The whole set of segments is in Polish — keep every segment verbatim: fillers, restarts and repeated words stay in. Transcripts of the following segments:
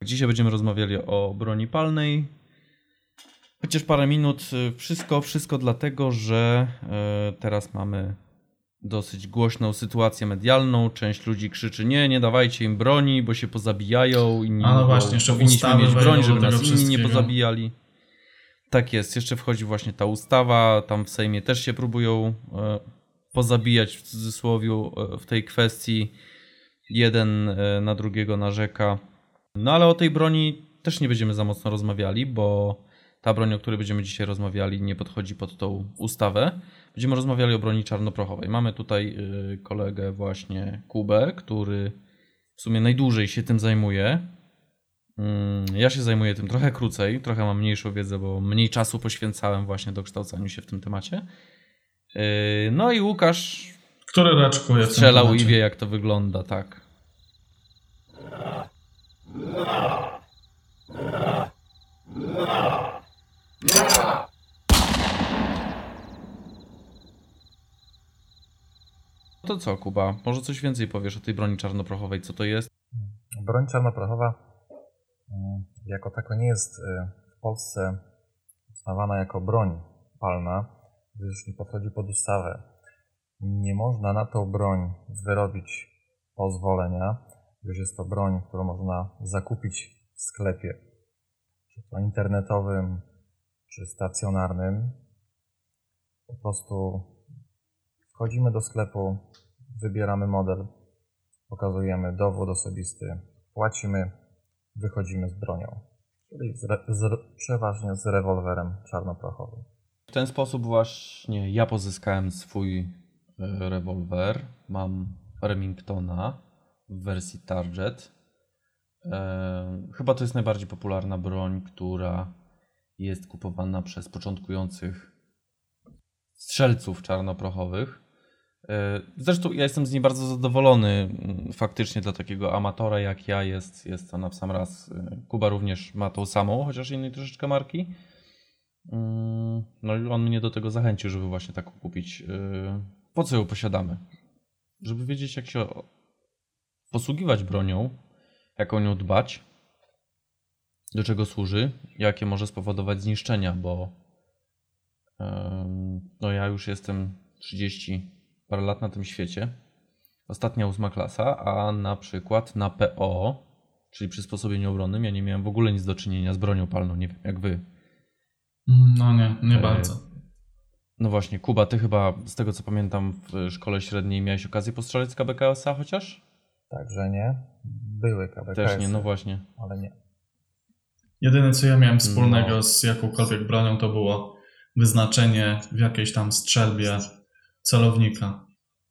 Dzisiaj będziemy rozmawiali o broni palnej. Chociaż parę minut. Wszystko, wszystko dlatego, że teraz mamy dosyć głośną sytuację medialną. Część ludzi krzyczy: nie, nie dawajcie im broni, bo się pozabijają. Inni A no właśnie, jeszcze powinniśmy mieć broń, żeby nas inni nie wszystkiego. pozabijali. Tak jest, jeszcze wchodzi właśnie ta ustawa. Tam w Sejmie też się próbują pozabijać w cudzysłowie w tej kwestii. Jeden na drugiego narzeka. No ale o tej broni też nie będziemy za mocno rozmawiali, bo ta broń, o której będziemy dzisiaj rozmawiali, nie podchodzi pod tą ustawę. Będziemy rozmawiali o broni czarnoprochowej. Mamy tutaj kolegę właśnie Kubę, który w sumie najdłużej się tym zajmuje. Ja się zajmuję tym trochę krócej, trochę mam mniejszą wiedzę, bo mniej czasu poświęcałem właśnie dokształcaniu się w tym temacie. No i Łukasz, który raczkuje strzelał i wie, jak to wygląda, tak. To co, Kuba? Może coś więcej powiesz o tej broni czarnoprochowej? Co to jest? Broń czarnoprochowa jako tako nie jest w Polsce uznawana jako broń palna, gdyż nie podchodzi pod ustawę. Nie można na tą broń wyrobić pozwolenia, gdyż jest to broń, którą można zakupić w sklepie, czy to internetowym, czy stacjonarnym. Po prostu wchodzimy do sklepu, wybieramy model, pokazujemy dowód osobisty, płacimy, wychodzimy z bronią, czyli z re, z, przeważnie z rewolwerem czarnoprochowym. W ten sposób właśnie ja pozyskałem swój rewolwer. Mam Remingtona w wersji Target. Eee, chyba to jest najbardziej popularna broń, która jest kupowana przez początkujących strzelców czarnoprochowych. Eee, zresztą ja jestem z niej bardzo zadowolony. Faktycznie dla takiego amatora jak ja jest, jest ona w sam raz. Kuba również ma tą samą, chociaż innej troszeczkę marki. No i on mnie do tego zachęcił, żeby właśnie taką kupić. Po co ją posiadamy? Żeby wiedzieć, jak się posługiwać bronią, jak o nią dbać, do czego służy, jakie może spowodować zniszczenia, bo no ja już jestem trzydzieści parę lat na tym świecie. Ostatnia ósma klasa, a na przykład na P O, czyli przysposobieniu obronnym, ja nie miałem w ogóle nic do czynienia z bronią palną, nie wiem jak wy. No nie, nie bardzo. No właśnie, Kuba, ty chyba z tego co pamiętam w szkole średniej miałeś okazję postrzelać z K B K S a chociaż? Także nie. Były K B K S y. Też nie, no właśnie. Ale nie. Jedyne co ja miałem wspólnego no. z jakąkolwiek bronią to było wyznaczenie w jakiejś tam strzelbie celownika.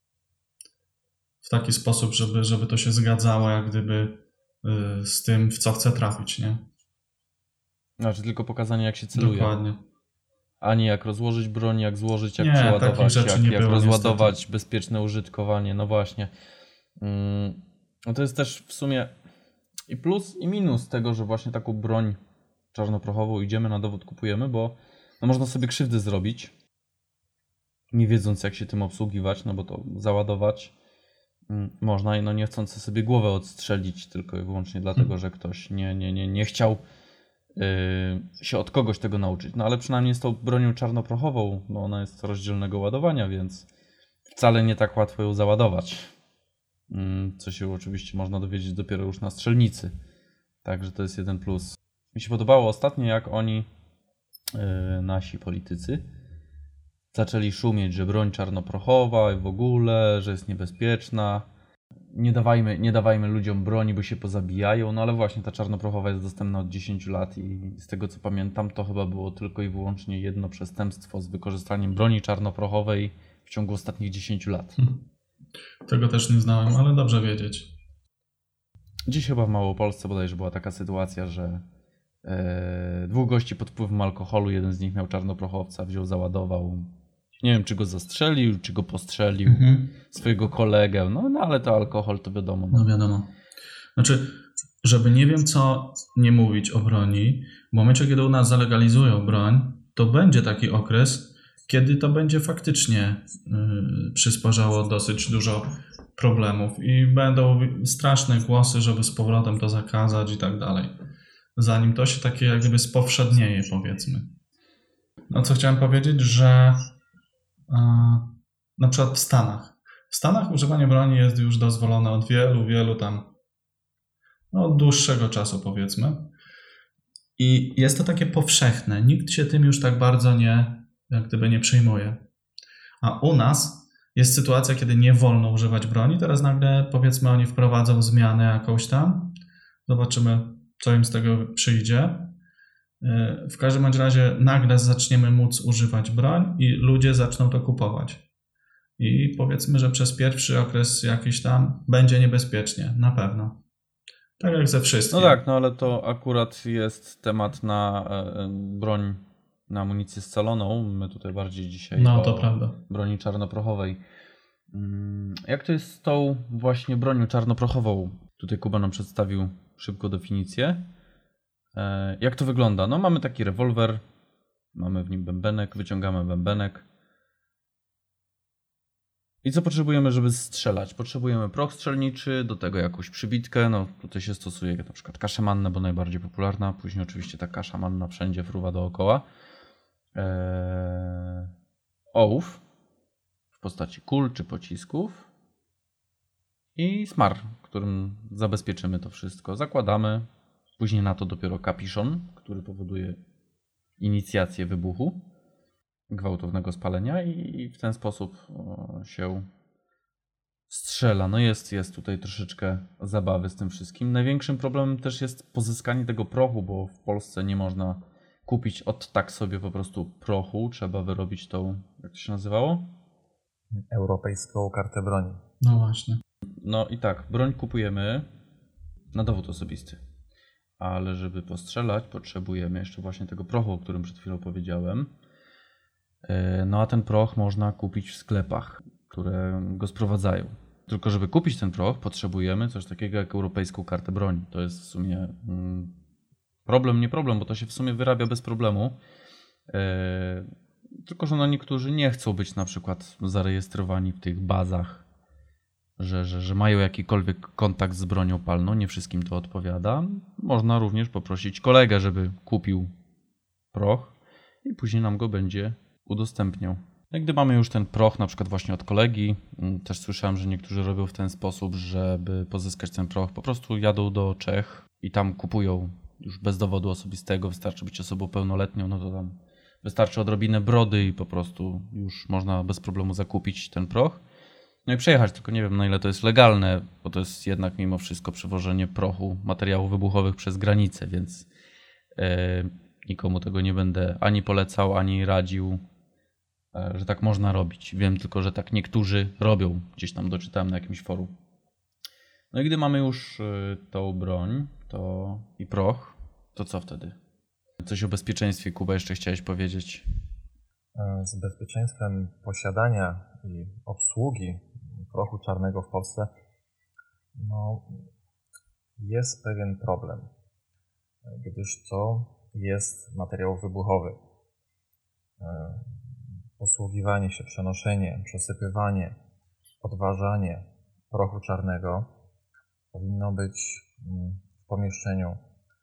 W taki sposób, żeby, żeby to się zgadzało jak gdyby yy, z tym, w co chcę trafić, nie? Znaczy tylko pokazanie jak się celuje. Dokładnie. A nie jak rozłożyć broń, jak złożyć, jak nie, przeładować, jak, nie jak było, rozładować, niestety. Bezpieczne użytkowanie, no właśnie. Mm, no to jest też w sumie i plus i minus tego, że właśnie taką broń czarnoprochową idziemy na dowód, kupujemy, bo no można sobie krzywdy zrobić, nie wiedząc jak się tym obsługiwać, no bo to załadować mm, można i no nie chcąc sobie głowę odstrzelić tylko i wyłącznie dlatego, hmm. że ktoś nie, nie, nie, nie chciał się od kogoś tego nauczyć. No ale przynajmniej z tą bronią czarnoprochową, no ona jest rozdzielnego ładowania, więc wcale nie tak łatwo ją załadować. Co się oczywiście można dowiedzieć dopiero już na strzelnicy. Także to jest jeden plus. Mi się podobało ostatnio, jak oni, nasi politycy, zaczęli szumieć, że broń czarnoprochowa i w ogóle, że jest niebezpieczna. Nie dawajmy, nie dawajmy ludziom broni, bo się pozabijają. No ale właśnie ta czarnoprochowa jest dostępna od dziesięciu lat i z tego co pamiętam, to chyba było tylko i wyłącznie jedno przestępstwo z wykorzystaniem broni czarnoprochowej w ciągu ostatnich dziesięciu lat. Hmm. Tego też nie znałem, ale dobrze wiedzieć. Dziś chyba w Małopolsce bodajże była taka sytuacja, że e, dwóch gości pod wpływem alkoholu, jeden z nich miał czarnoprochowca, wziął, załadował. Nie wiem, czy go zastrzelił, czy go postrzelił, mhm. swojego kolegę, no, no ale to alkohol to wiadomo. No wiadomo. Znaczy, żeby nie wiem co nie mówić o broni, w momencie, kiedy u nas zalegalizują broń, to będzie taki okres, kiedy to będzie faktycznie yy, przysparzało dosyć dużo problemów i będą straszne głosy, żeby z powrotem to zakazać i tak dalej. Zanim to się takie jak gdyby spowszednieje, powiedzmy. No co chciałem powiedzieć, że yy, na przykład w Stanach. W Stanach używanie broni jest już dozwolone od wielu, wielu tam, no od dłuższego czasu powiedzmy. I jest to takie powszechne. Nikt się tym już tak bardzo nie, jak gdyby nie przejmuje. A u nas jest sytuacja, kiedy nie wolno używać broni. Teraz nagle powiedzmy oni wprowadzą zmianę jakąś tam. Zobaczymy, co im z tego przyjdzie. W każdym bądź razie nagle zaczniemy móc używać broń i ludzie zaczną to kupować. I powiedzmy, że przez pierwszy okres jakiś tam będzie niebezpiecznie, na pewno. Tak jak ze wszystkim. No tak, no ale to akurat jest temat na e, broń, na amunicję scaloną. My tutaj bardziej dzisiaj no, o to prawda. broni czarnoprochowej. Jak to jest z tą właśnie bronią czarnoprochową? Tutaj Kuba nam przedstawił szybko definicję. E, jak to wygląda? No mamy taki rewolwer, mamy w nim bębenek, wyciągamy bębenek. I co potrzebujemy, żeby strzelać? Potrzebujemy proch strzelniczy, do tego jakąś przybitkę. No tutaj się stosuje na przykład kaszę mannę, bo najbardziej popularna. Później oczywiście ta kasza manna wszędzie fruwa dookoła. Eee... Ołów w postaci kul czy pocisków. I smar, którym zabezpieczymy to wszystko. Zakładamy. Później na to dopiero kapiszon, który powoduje inicjację wybuchu, gwałtownego spalenia i w ten sposób się strzela. No jest, jest tutaj troszeczkę zabawy z tym wszystkim. Największym problemem też jest pozyskanie tego prochu, bo w Polsce nie można kupić od tak sobie po prostu prochu. Trzeba wyrobić tą, jak to się nazywało? Europejską kartę broni. No właśnie. No i tak, broń kupujemy na dowód osobisty. Ale żeby postrzelać, potrzebujemy jeszcze właśnie tego prochu, o którym przed chwilą powiedziałem. No a ten proch można kupić w sklepach, które go sprowadzają. Tylko żeby kupić ten proch, potrzebujemy coś takiego jak europejską kartę broni. To jest w sumie mm, problem, nie problem, bo to się w sumie wyrabia bez problemu. Yy, tylko że no niektórzy nie chcą być na przykład zarejestrowani w tych bazach, że, że, że mają jakikolwiek kontakt z bronią palną. Nie wszystkim to odpowiada. Można również poprosić kolegę, żeby kupił proch i później nam go będzie udostępniał. No, gdy mamy już ten proch na przykład właśnie od kolegi, też słyszałem, że niektórzy robią w ten sposób, żeby pozyskać ten proch, po prostu jadą do Czech i tam kupują już bez dowodu osobistego, wystarczy być osobą pełnoletnią, no to tam wystarczy odrobinę brody i po prostu już można bez problemu zakupić ten proch. No i przejechać, tylko nie wiem na ile to jest legalne, bo to jest jednak mimo wszystko przewożenie prochu, materiałów wybuchowych przez granicę, więc yy, nikomu tego nie będę ani polecał, ani radził, że tak można robić. Wiem tylko, że tak niektórzy robią. Gdzieś tam doczytałem na jakimś forum. No i gdy mamy już tą broń to i proch, to co wtedy? Coś o bezpieczeństwie, Kuba, jeszcze chciałeś powiedzieć? Z bezpieczeństwem posiadania i obsługi prochu czarnego w Polsce no, jest pewien problem, gdyż to jest materiał wybuchowy. Posługiwanie się, przenoszenie, przesypywanie, odważanie prochu czarnego powinno być w pomieszczeniu,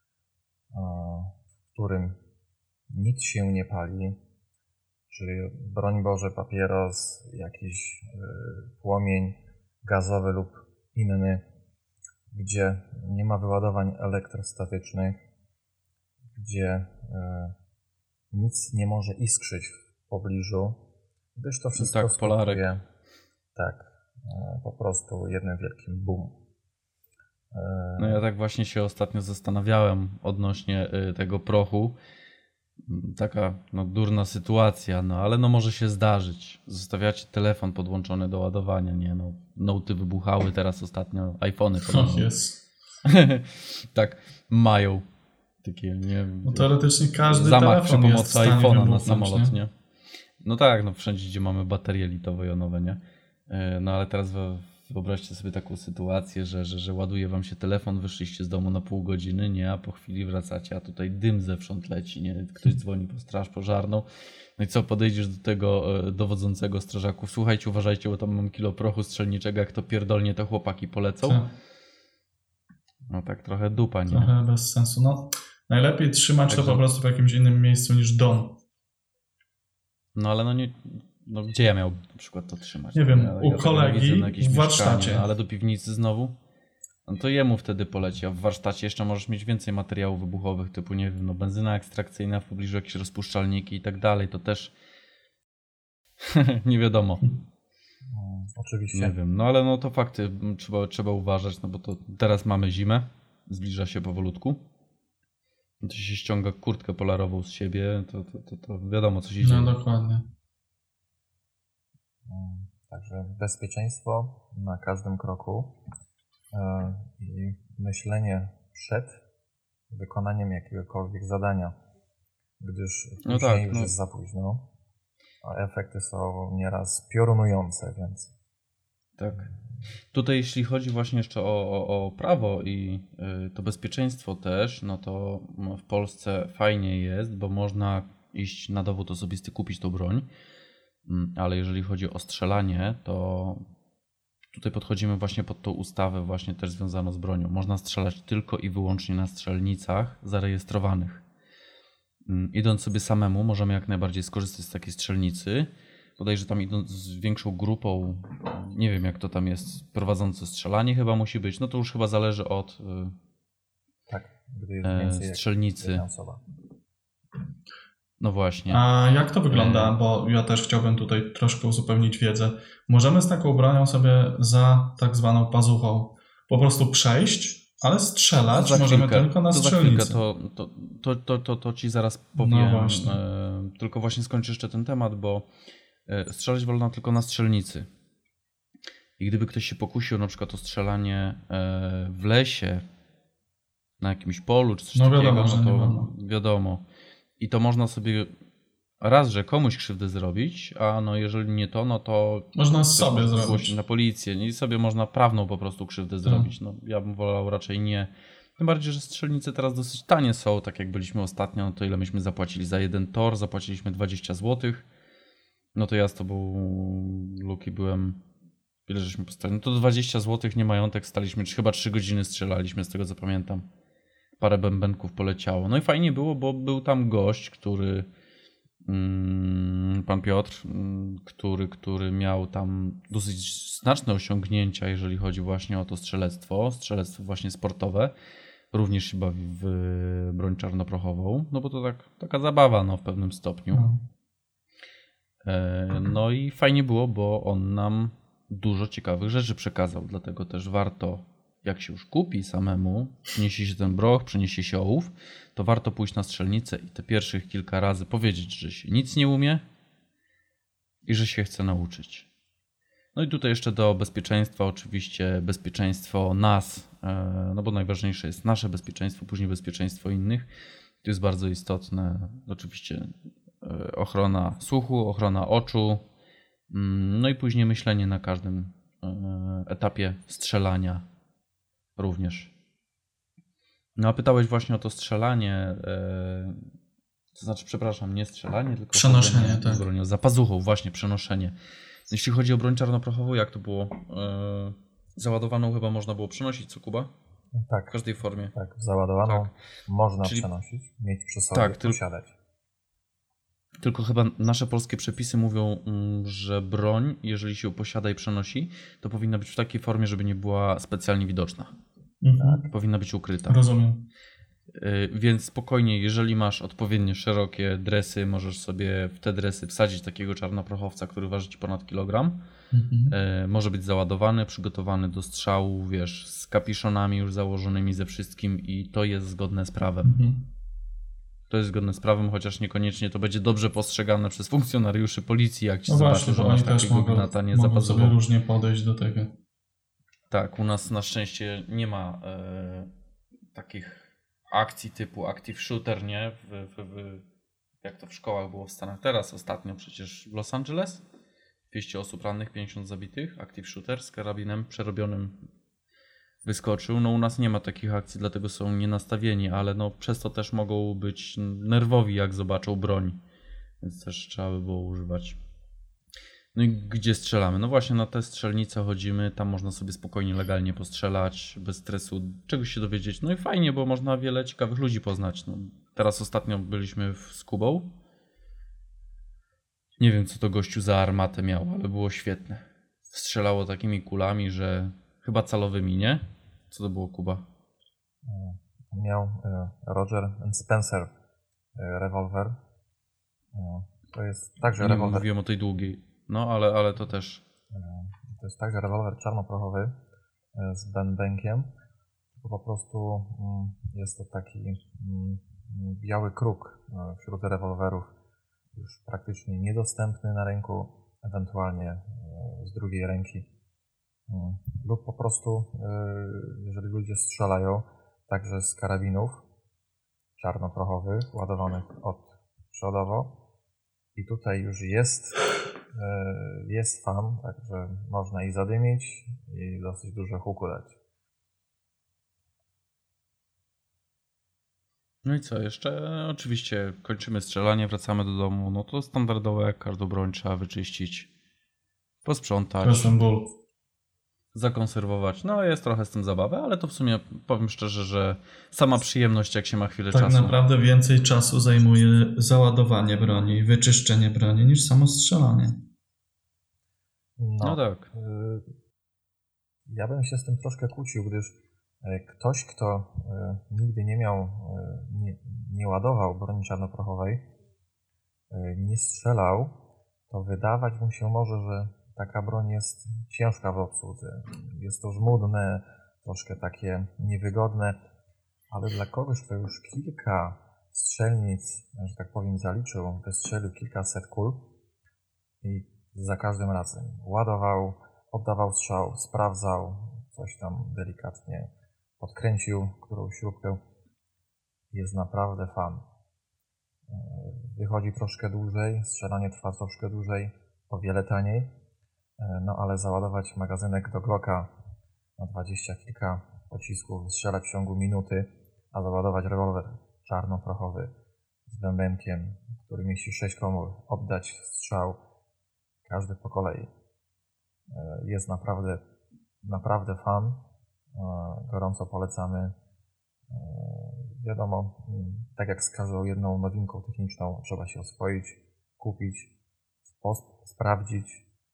w którym nic się nie pali, czyli broń Boże papieros, jakiś płomień gazowy lub inny, gdzie nie ma wyładowań elektrostatycznych, gdzie nic nie może iskrzyć w pobliżu, gdyż to wszystko tak, polarek. skutkuje, tak, po prostu jednym wielkim boom. No ja tak właśnie się ostatnio zastanawiałem odnośnie tego prochu. Taka no, durna sytuacja, no ale no może się zdarzyć. Zostawiacie telefon podłączony do ładowania, nie no. Noty wybuchały, teraz ostatnio iPhony podobno. Oh, yes. Tak, mają takie, nie no teoretycznie każdy zamach przy pomocy iPhone'a na samolot, nie? nie? No tak, no wszędzie, gdzie mamy baterie litowo-jonowe, nie? No ale teraz w, w Wyobraźcie sobie taką sytuację, że, że, że ładuje wam się telefon, wyszliście z domu na pół godziny, nie, a po chwili wracacie, a tutaj dym zewsząd leci, nie, ktoś dzwoni po straż pożarną. No i co, podejdziesz do tego e, dowodzącego strażaków, słuchajcie, uważajcie, bo tam mam kilo prochu strzelniczego, jak to pierdolnie, to chłopaki polecą. Tak. No tak trochę dupa, nie? Trochę bez sensu. No, najlepiej trzymać Także- to po prostu w jakimś innym miejscu niż dom. No ale no nie, no gdzie ja miałbym na przykład to trzymać? Nie wiem, ja, u ja tego kolegi widzę na jakieś w mieszkanie, warsztacie. Ale do piwnicy znowu? No to jemu wtedy poleci, a w warsztacie jeszcze możesz mieć więcej materiałów wybuchowych, typu nie wiem, no benzyna ekstrakcyjna, w pobliżu jakieś rozpuszczalniki i tak dalej, to też nie wiadomo. Mm, Oczywiście. Nie wiem, no ale no to fakty m, trzeba, trzeba uważać, no bo to teraz mamy zimę, zbliża się powolutku. No to się ściąga kurtkę polarową z siebie, to, to, to, to wiadomo co się dzieje. No dokładnie. Mm, Także bezpieczeństwo na każdym kroku e, i myślenie przed wykonaniem jakiegokolwiek zadania, gdyż No później tak, już no. jest za późno, a efekty są nieraz piorunujące, więc Tak. Tutaj jeśli chodzi właśnie jeszcze o, o, o prawo i y, to bezpieczeństwo też, no to mm, w Polsce fajnie jest, bo można iść na dowód osobisty, kupić tą broń, Mm, ale jeżeli chodzi o strzelanie, to tutaj podchodzimy właśnie pod tą ustawę właśnie też związaną z bronią. Można strzelać tylko i wyłącznie na strzelnicach zarejestrowanych. Mm, Idąc sobie samemu, możemy jak najbardziej skorzystać z takiej strzelnicy. Bodajże tam idąc z większą grupą, nie wiem jak to tam jest, prowadzące strzelanie chyba musi być, no to już chyba zależy od y, tak, gdy jest e, więcej jak strzelnicy. jedna osoba. No właśnie. A jak to wygląda? E. Bo ja też chciałbym tutaj troszkę uzupełnić wiedzę. Możemy z taką bronią sobie za tak zwaną pazuchą po prostu przejść, ale strzelać To za możemy chwilkę, tylko na to za strzelnicy. chwilkę, to, to, to, to, to, to ci zaraz powiem. No właśnie. E, tylko właśnie skończę jeszcze ten temat, bo e, strzelać wolno tylko na strzelnicy. I gdyby ktoś się pokusił na przykład o strzelanie e, w lesie, na jakimś polu czy coś No takiego, wiadomo, że no nie to wolno. wiadomo. I to można sobie raz, że komuś krzywdę zrobić, a no jeżeli nie to, no to Można ktoś sobie może zrobić. zgłosić na policję i sobie można prawną po prostu krzywdę zrobić. No, ja bym wolał raczej nie. Tym bardziej, że strzelnice teraz dosyć tanie są, tak jak byliśmy ostatnio, no to ile myśmy zapłacili za jeden tor, zapłaciliśmy dwadzieścia złotych. No to ja z tobą, Luki, byłem, ile żeśmy postawili? No to dwadzieścia złotych, nie majątek, staliśmy, czy chyba trzy godziny strzelaliśmy, z tego co pamiętam. Parę bębenków poleciało. No i fajnie było, bo był tam gość, który, mm, pan Piotr, mm, który, który miał tam dosyć znaczne osiągnięcia, jeżeli chodzi właśnie o to strzelectwo, strzelectwo właśnie sportowe. Również się bawi w broń czarnoprochową, no bo to tak, taka zabawa no, w pewnym stopniu. No. E, No i fajnie było, bo on nam dużo ciekawych rzeczy przekazał, dlatego też warto, jak się już kupi samemu, przyniesie się ten broch, przyniesie się ołów, to warto pójść na strzelnicę i te pierwszych kilka razy powiedzieć, że się nic nie umie i że się chce nauczyć. No i tutaj jeszcze do bezpieczeństwa, oczywiście bezpieczeństwo nas, e, no bo najważniejsze jest nasze bezpieczeństwo, później bezpieczeństwo innych. To jest bardzo istotne, oczywiście e, ochrona słuchu, ochrona oczu, mm, no i później myślenie na każdym e, etapie strzelania również. No a pytałeś właśnie o to strzelanie, e, to znaczy, przepraszam, nie strzelanie, tylko Przenoszenie, chodzenie tak. z bronią, za pazuchą, właśnie przenoszenie. Jeśli chodzi o broń czarnoprochową, jak to było? E, załadowaną chyba można było przenosić, co Kuba? W Tak, każdej formie. tak, załadowaną Tak. można Czyli- przenosić, mieć przy sobie, Tak, tyl- posiadać. Tylko chyba nasze polskie przepisy mówią, mm, że broń, jeżeli się ją posiada i przenosi, to powinna być w takiej formie, żeby nie była specjalnie widoczna. Mhm. Powinna być ukryta. Rozumiem. Y, Więc spokojnie, jeżeli masz odpowiednio szerokie dresy, możesz sobie w te dresy wsadzić takiego czarnoprochowca, który waży ci ponad kilogram. Mhm. Y, Może być załadowany, przygotowany do strzału, wiesz, z kapiszonami już założonymi ze wszystkim i to jest zgodne z prawem. Mhm. To jest zgodne z prawem, chociaż niekoniecznie to będzie dobrze postrzegane przez funkcjonariuszy policji, jak ci No zobaczą, właśnie, że bo masz oni też takiego mogą, gnata nie mogą sobie zapazową. różnie podejść do tego. Tak, u nas na szczęście nie ma e, takich akcji typu active shooter, nie? W, w, w, jak to w szkołach było w Stanach teraz ostatnio, przecież w Los Angeles dwieście osób rannych, pięćdziesiąt zabitych. Active shooter z karabinem przerobionym wyskoczył. No u nas nie ma takich akcji, dlatego są nienastawieni, ale no przez to też mogą być nerwowi, jak zobaczą broń. Więc też trzeba by było używać. No i gdzie strzelamy? No właśnie na te strzelnice chodzimy, tam można sobie spokojnie, legalnie postrzelać, bez stresu, czegoś się dowiedzieć. No i fajnie, bo można wiele ciekawych ludzi poznać. No, teraz ostatnio byliśmy w, z Kubą. Nie wiem, co to gościu za armatę miał, ale było świetne. Strzelało takimi kulami, że chyba calowymi, nie? Co to było, Kuba? Miał Roger and Spencer rewolwer. To jest także Nie rewolwer. mówiłem o tej długiej. No, ale, ale to też. To jest także rewolwer czarnoprochowy z bębenkiem. Po prostu jest to taki biały kruk wśród rewolwerów, już praktycznie niedostępny na rynku, ewentualnie z drugiej ręki. Lub po prostu, jeżeli ludzie strzelają, także z karabinów czarnoprochowych, ładowanych od przodowo. I tutaj już jest, jest fan, także można i zadymić, i dosyć duże huku dać. No i co jeszcze? Oczywiście kończymy strzelanie, wracamy do domu. No to standardowo, jak każdą broń trzeba wyczyścić, posprzątać, Proszę ból. zakonserwować. No jest trochę z tym zabawy, ale to w sumie powiem szczerze, że sama przyjemność, jak się ma chwilę Tak czasu. naprawdę więcej czasu zajmuje załadowanie broni, wyczyszczenie broni niż samo strzelanie. No, No tak. Ja bym się z tym troszkę kłócił, gdyż ktoś, kto nigdy nie miał, nie, nie ładował broni czarnoprochowej, nie strzelał, to wydawać mu się może, że taka broń jest ciężka w obsłudze. Jest to żmudne, troszkę takie niewygodne, ale dla kogoś, kto już kilka strzelnic, że tak powiem, zaliczył, wystrzelił kilkaset kul i za każdym razem ładował, oddawał strzał, sprawdzał, coś tam delikatnie podkręcił którąś śrubkę, jest naprawdę fan. Wychodzi troszkę dłużej, strzelanie trwa troszkę dłużej, o wiele taniej, no ale załadować magazynek do Glocka na dwadzieścia kilka pocisków, strzelać w ciągu minuty, a załadować rewolwer czarnoprochowy z bębenkiem, który mieści sześć komór, oddać strzał, każdy po kolei. Jest naprawdę, naprawdę fan. Gorąco polecamy. Wiadomo, tak jak z każdą jedną nowinką techniczną, trzeba się oswoić, kupić, sprawdzić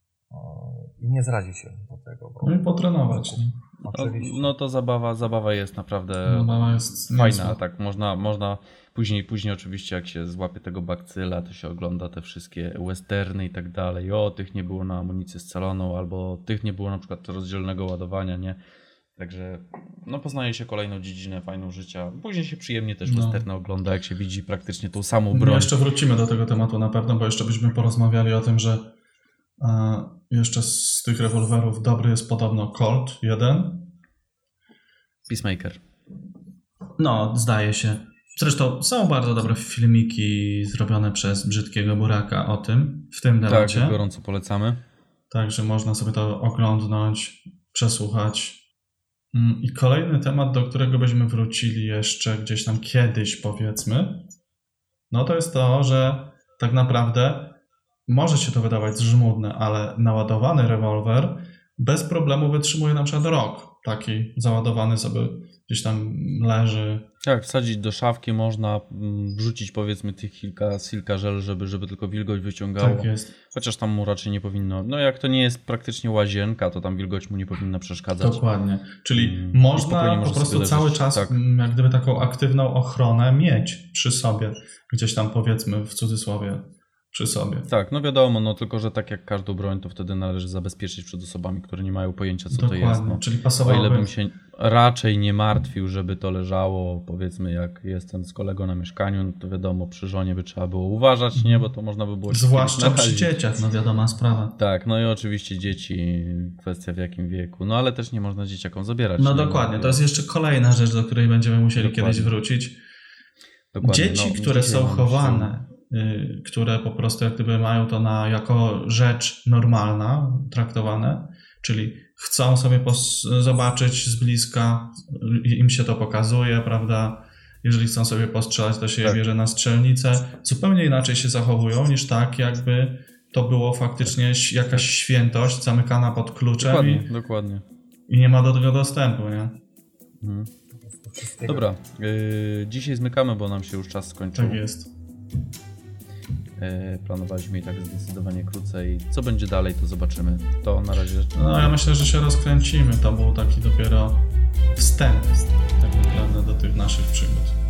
i nie zrazi się do tego. Bo no i potrenować. No, oczywiście. no to zabawa, zabawa jest naprawdę Zabawa jest fajna. niezła. Tak, można, można później, później oczywiście jak się złapie tego bakcyla, to się ogląda te wszystkie westerny i tak dalej. O, tych nie było na amunicję scaloną, albo tych nie było na przykład rozdzielnego ładowania, nie? Także no poznaje się kolejną dziedzinę fajną życia. Później się przyjemnie też No. westerny ogląda, jak się widzi praktycznie tą samą No broń. jeszcze wrócimy do tego tematu na pewno, bo jeszcze byśmy porozmawiali o tym, że e, jeszcze z tych rewolwerów dobry jest podobno Colt jeden. Peacemaker. No, zdaje się. Zresztą są bardzo dobre filmiki zrobione przez Brzydkiego Buraka o tym, w tym temacie. Tak, gorąco polecamy. Także można sobie to oglądnąć, przesłuchać. I kolejny temat, do którego byśmy wrócili jeszcze gdzieś tam kiedyś, powiedzmy, no to jest to, że tak naprawdę może się to wydawać żmudne, ale naładowany rewolwer bez problemu wytrzymuje na przykład rok. Taki załadowany sobie gdzieś tam leży. Tak, wsadzić do szafki można, wrzucić powiedzmy tych kilka silka żel, żeby, żeby tylko wilgoć wyciągało. Tak jest. Chociaż tam mu raczej nie powinno. No jak to nie jest praktycznie łazienka, to tam wilgoć mu nie powinna przeszkadzać. Dokładnie. Czyli Mm, i można spokojnie po może prostu sobie cały leżeć. czas Tak. m, jak gdyby taką aktywną ochronę mieć przy sobie. Gdzieś tam powiedzmy w cudzysłowie przy sobie. Tak, no wiadomo, no tylko, że tak jak każdą broń, to wtedy należy zabezpieczyć przed osobami, które nie mają pojęcia, co Dokładnie. to jest. No. Czyli O pasowałoby... ile bym się raczej nie martwił, żeby to leżało, powiedzmy jak jestem z kolegą na mieszkaniu, no to wiadomo, przy żonie by trzeba było uważać, nie, bo to można by było się Zwłaszcza kiedyś przy narazić. dzieciach, no wiadoma sprawa. Tak, no i oczywiście dzieci, kwestia w jakim wieku, no ale też nie można dzieciakom zabierać. No nie? dokładnie, Bo- to jest jeszcze kolejna rzecz, do której będziemy musieli Dokładnie. kiedyś wrócić. Dokładnie, Dzieci, no, które dzisiaj są mamy chowane yy, które po prostu jak gdyby mają to na, jako rzecz normalna traktowane, czyli chcą sobie pos- zobaczyć z bliska, im się to pokazuje, prawda? Jeżeli chcą sobie postrzelać, to się je Tak. bierze na strzelnicę. Zupełnie inaczej się zachowują niż tak, jakby to było faktycznie jakaś świętość zamykana pod kluczem Dokładnie, i, dokładnie. i nie ma do tego dostępu, nie? Mhm. Dobra, yy, dzisiaj zmykamy, bo nam się już czas skończył. Tak jest. Yy, planowaliśmy i tak zdecydowanie krócej. Co będzie dalej, to zobaczymy. To na razie... No ja myślę, że się rozkręcimy. To był taki dopiero wstęp tak naprawdę do tych naszych przygód.